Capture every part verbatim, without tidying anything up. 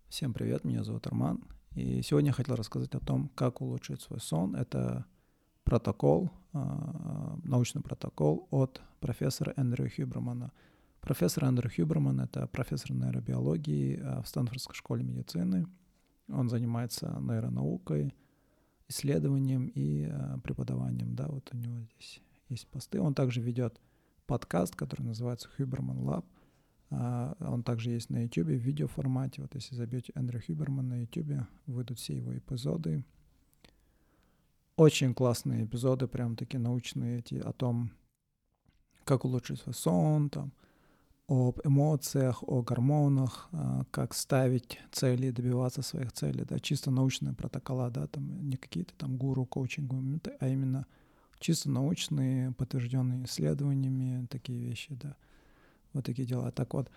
Всем привет, меня зовут Арман. И сегодня я хотел рассказать о том, как улучшить свой сон. Это протокол, а, научный протокол от профессора Эндрю Хюбермана. Профессор Эндрю Хюберман — это профессор нейробиологии а, в Стэнфордской школе медицины. Он занимается нейронаукой, исследованием и а, преподаванием. Да, вот у него здесь есть посты. Он также ведет подкаст, который называется Huberman Lab. Uh, он также есть на YouTube в видеоформате. Вот если забьете Эндрю Хюберман на YouTube, выйдут все его эпизоды. Очень классные эпизоды, прям такие научные, эти, о том, как улучшить свой сон, там, об эмоциях, о гормонах, uh, как ставить цели, добиваться своих целей. Да, чисто научные протокола, да, там не какие-то там гуру, коучинговые моменты, а именно чисто научные, подтвержденные исследованиями такие вещи, да. Вот такие дела. Так вот,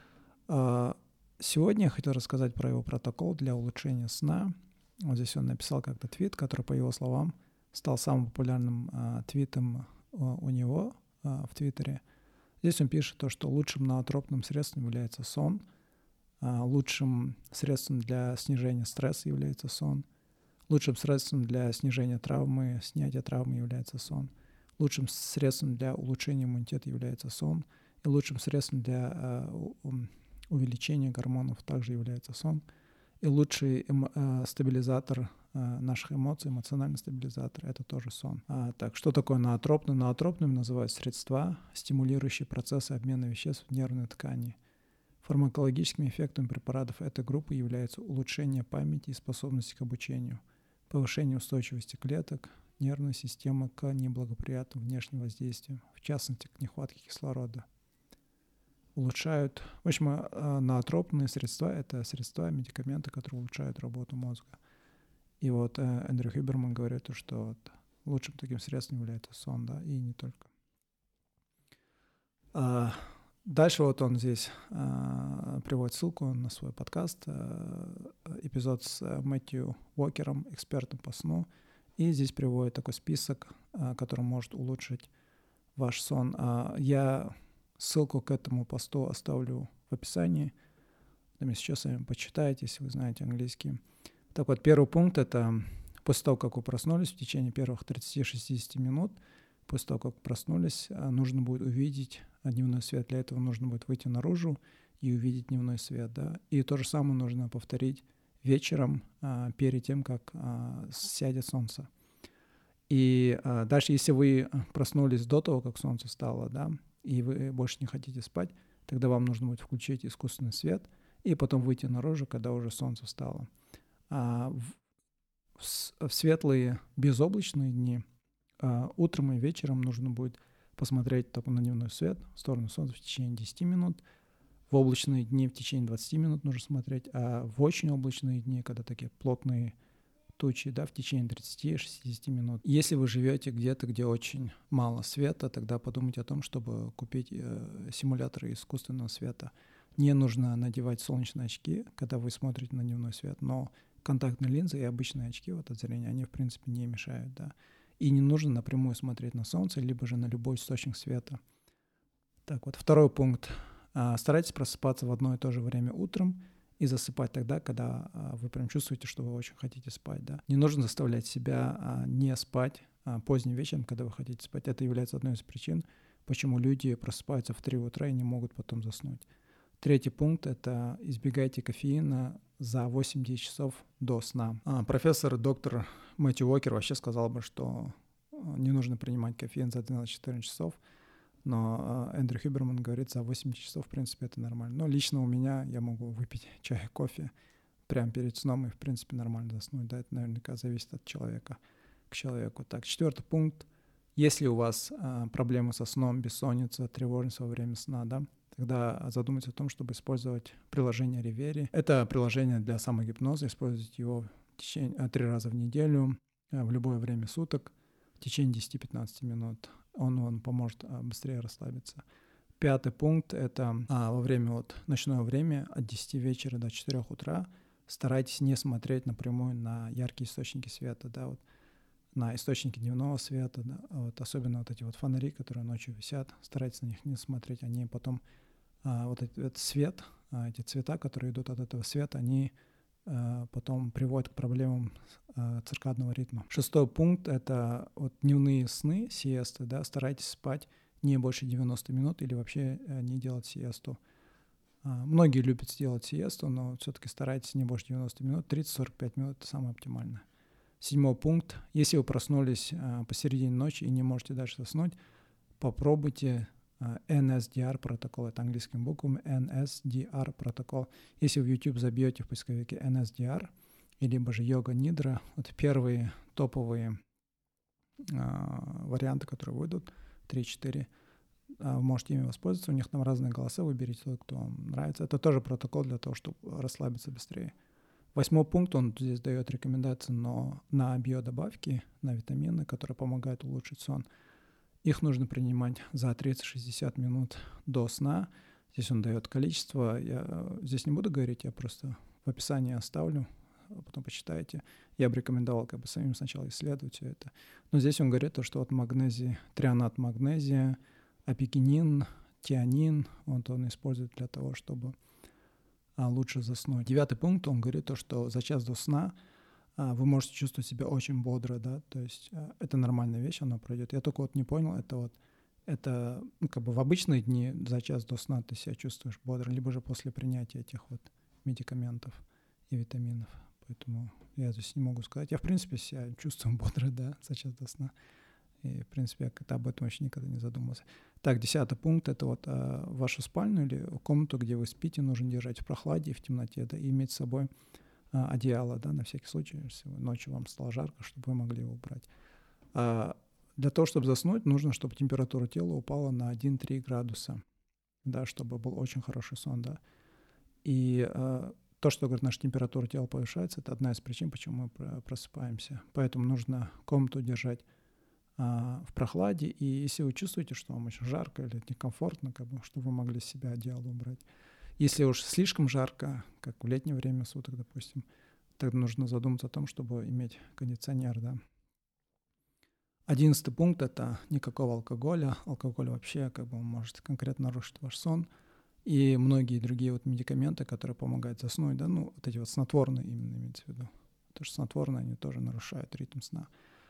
сегодня я хотел рассказать про его протокол для улучшения сна. Вот здесь он написал как-то твит, который, по его словам, стал самым популярным а, твитом у него а, в Твиттере. Здесь он пишет то, что лучшим ноотропным средством является сон, а, лучшим средством для снижения стресса является сон, лучшим средством для снижения травмы, снятия травмы является сон, лучшим средством для улучшения иммунитета является сон, и лучшим средством для э, увеличения гормонов также является сон. И лучший эмо, э, стабилизатор э, наших эмоций, эмоциональный стабилизатор, это тоже сон. А, так, что такое ноотропный? Ноотропными называют средства, стимулирующие процессы обмена веществ в нервной ткани. Фармакологическим эффектом препаратов этой группы является улучшение памяти и способности к обучению, повышение устойчивости клеток, нервной системы к неблагоприятным внешним воздействиям, в частности, к нехватке кислорода. Улучшают, в общем, ноотропные средства — это средства, медикаменты, которые улучшают работу мозга. И вот Эндрю Хюберман говорит, что вот лучшим таким средством является сон, да, и не только. А, дальше вот он здесь а, приводит ссылку на свой подкаст, а, эпизод с Мэтью Уокером, экспертом по сну, и здесь приводит такой список, а, который может улучшить ваш сон. А, я ссылку к этому посту оставлю в описании. Там сейчас сами почитайте, если вы знаете английский. Так вот, первый пункт — это после того, как вы проснулись, в течение первых тридцати-шестидесяти минут, после того, как проснулись, нужно будет увидеть дневной свет. Для этого нужно будет выйти наружу и увидеть дневной свет. Да? И то же самое нужно повторить вечером, перед тем, как сядет солнце. И дальше, если вы проснулись до того, как солнце встало, да, и вы больше не хотите спать, тогда вам нужно будет включить искусственный свет и потом выйти наружу, когда уже солнце встало. А в, в светлые безоблачные дни а, утром и вечером нужно будет посмотреть только на дневной свет в сторону солнца в течение десяти минут. В облачные дни в течение двадцати минут нужно смотреть, а в очень облачные дни, когда такие плотные тучи, да, в течение тридцати-шестидесяти минут. Если вы живете где-то, где очень мало света, тогда подумайте о том, чтобы купить э, симуляторы искусственного света. Не нужно надевать солнечные очки, когда вы смотрите на дневной свет, но контактные линзы и обычные очки вот, от зрения, они, в принципе, не мешают, да. И не нужно напрямую смотреть на солнце, либо же на любой источник света. Так вот, второй пункт. Старайтесь просыпаться в одно и то же время утром и засыпать тогда, когда а, вы прям чувствуете, что вы очень хотите спать. Да? Не нужно заставлять себя а, не спать а, поздним вечером, когда вы хотите спать. Это является одной из причин, почему люди просыпаются в три утра и не могут потом заснуть. Третий пункт — это избегайте кофеина за восемь-десять часов до сна. А, профессор доктор Мэтью Уокер вообще сказал бы, что не нужно принимать кофеин за двенадцать-четырнадцать часов, но Эндрю Хюберман говорит, за восемь часов, в принципе, это нормально. Но лично у меня я могу выпить чай, кофе прямо перед сном и, в принципе, нормально заснуть. Да, это наверняка зависит от человека к человеку. Так, четвертый пункт. Если у вас а, проблемы со сном, бессонница, тревожность во время сна, да, тогда задумайтесь о том, чтобы использовать приложение Reveri. Это приложение для самогипноза. Используйте его в течение, а, три раза в неделю, а, в любое время суток, в течение десяти-пятнадцати минут. Он вам поможет а, быстрее расслабиться. Пятый пункт — это а, во время вот, ночное время от десяти вечера до четырёх утра старайтесь не смотреть напрямую на яркие источники света, да, вот, на источники дневного света, да, вот, особенно вот эти вот фонари, которые ночью висят, старайтесь на них не смотреть, они потом, а, вот этот, этот свет, а, эти цвета, которые идут от этого света, они потом приводит к проблемам циркадного ритма. Шестой пункт — это вот дневные сны, сиесты, да, старайтесь спать не больше девяносто минут или вообще не делать сиесту. Многие любят сделать сиесту, но все-таки старайтесь не больше девяносто минут, тридцать-сорок пять минут — это самое оптимальное. Седьмой пункт. Если вы проснулись посередине ночи и не можете дальше заснуть, попробуйте эн эс ди ар протокол, это английскими буквами, эн эс ди ар протокол. Если в YouTube забьете в поисковике эн эс ди ар, либо же йога нидра, это первые топовые а, варианты, которые выйдут, три-четыре, а, вы можете ими воспользоваться, у них там разные голоса, выберите тот, кто вам нравится. Это тоже протокол для того, чтобы расслабиться быстрее. Восьмой пункт, он здесь дает рекомендации но на биодобавки, на витамины, которые помогают улучшить сон. Их нужно принимать за тридцать-шестьдесят минут до сна. Здесь он дает количество. Я здесь не буду говорить, я просто в описании оставлю, потом почитайте. Я бы рекомендовал как бы самим сначала исследовать все это. Но здесь он говорит, то, что вот магнезий, трионат магнезия, апикенин, тианин, вот он использует для того, чтобы а, лучше заснуть. Девятый пункт, он говорит, то, что за час до сна вы можете чувствовать себя очень бодро, да, то есть это нормальная вещь, она пройдет. Я только вот не понял, это вот, это ну, как бы в обычные дни за час до сна ты себя чувствуешь бодро, либо же после принятия этих вот медикаментов и витаминов. Поэтому я здесь не могу сказать. Я, в принципе, себя чувствую бодро, да, за час до сна. И, в принципе, я как-то об этом вообще никогда не задумывался. Так, десятый пункт — это вот а, вашу спальню или комнату, где вы спите, нужно держать в прохладе и в темноте, да, и иметь с собой одеяло, да, на всякий случай, если ночью вам стало жарко, чтобы вы могли его убрать. А для того, чтобы заснуть, нужно, чтобы температура тела упала на один-три градуса, да, чтобы был очень хороший сон, да. И а, то, что, говорит, наша температура тела повышается, это одна из причин, почему мы просыпаемся. Поэтому нужно комнату держать а, в прохладе, и если вы чувствуете, что вам очень жарко или некомфортно, как бы, чтобы вы могли с себя одеяло убрать. Если уж слишком жарко, как в летнее время суток, допустим, тогда нужно задуматься о том, чтобы иметь кондиционер, да. Одиннадцатый пункт — это никакого алкоголя. Алкоголь вообще как бы может конкретно нарушить ваш сон. И многие другие вот медикаменты, которые помогают заснуть, да, ну, вот эти вот снотворные именно имеется в виду. Потому что снотворные, они тоже нарушают ритм сна.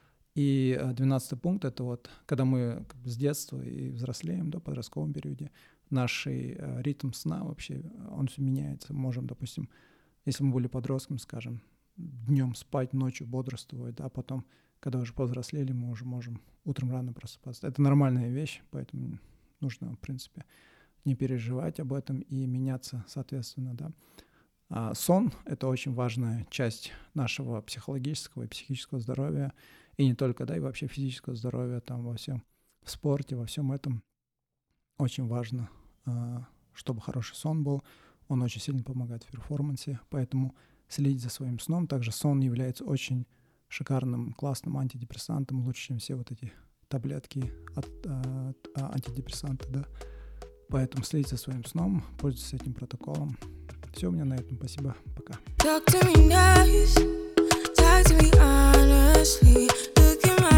И двенадцатый пункт — это вот, когда мы как бы с детства и взрослеем, да, в подростковом периоде, наш э, ритм сна вообще, он все меняется. Можем, допустим, если мы были подростком, скажем, днем спать, ночью бодрствовать, да, а потом, когда уже повзрослели, мы уже можем утром рано просыпаться. Это нормальная вещь, поэтому нужно, в принципе, не переживать об этом и меняться соответственно, да. А сон — это очень важная часть нашего психологического и психического здоровья, и не только, да, и вообще физического здоровья, там во всем, в спорте, во всем этом очень важно, чтобы хороший сон был. Он очень сильно помогает в перформансе, поэтому следить за своим сном. Также сон является очень шикарным, классным антидепрессантом, лучше, чем все вот эти таблетки от, от, от антидепрессанта, да. Поэтому следите за своим сном, пользуйтесь этим протоколом. Все, у меня на этом. Спасибо. Пока.